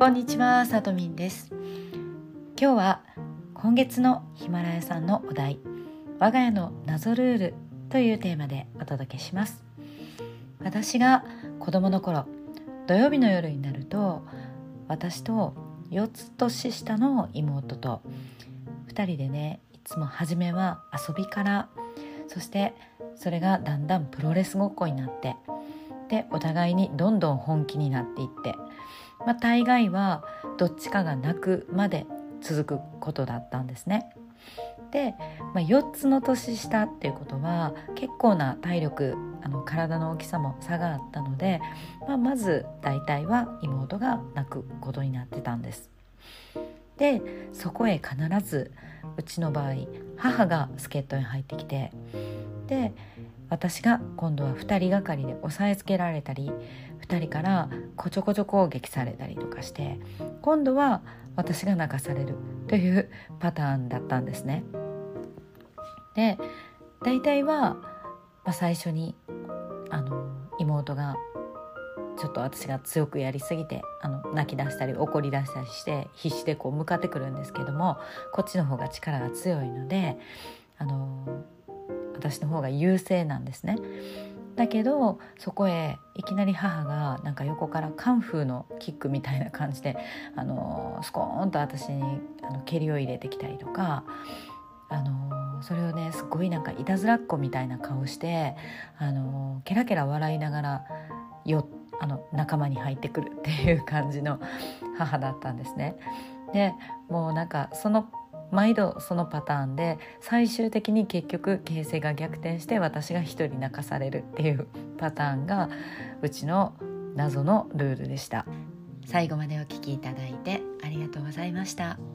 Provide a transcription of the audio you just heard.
こんにちは、さとみんです。今日は今月のヒマラヤさんのお題、我が家の謎ルールというテーマでお届けします。私が子供の頃、土曜日の夜になると、私と4つ年下の妹と2人でね、いつも初めは遊びから、そしてそれがだんだんプロレスごっこになって、でお互いにどんどん本気になっていって、大概はどっちかが泣くまで続くことだったんですね。で、4つの年下っていうことは結構な体力、体の大きさも差があったので、まず大体は妹が泣くことになってたんです。で、そこへ必ずうちの場合母が助っ人に入ってきて、で私が今度は2人がかりで押さえつけられたり、2人からこちょこちょ攻撃されたりとかして、今度は私が泣かされるというパターンだったんですね。で、大体は、最初に妹がちょっと私が強くやりすぎて泣き出したり怒り出したりして必死で向かってくるんですけども、こっちの方が力が強いので私の方が優勢なんですね。だけどそこへいきなり母が横からカンフーのキックみたいな感じでスコーンと私に蹴りを入れてきたりとか、それをねすごいいたずらっ子みたいな顔してケラケラ笑いながら仲間に入ってくるっていう感じの母だったんですね。でもう毎度そのパターンで、最終的に結局形勢が逆転して私が一人泣かされるっていうパターンがうちの謎のルールでした。最後までお聞きいただいてありがとうございました。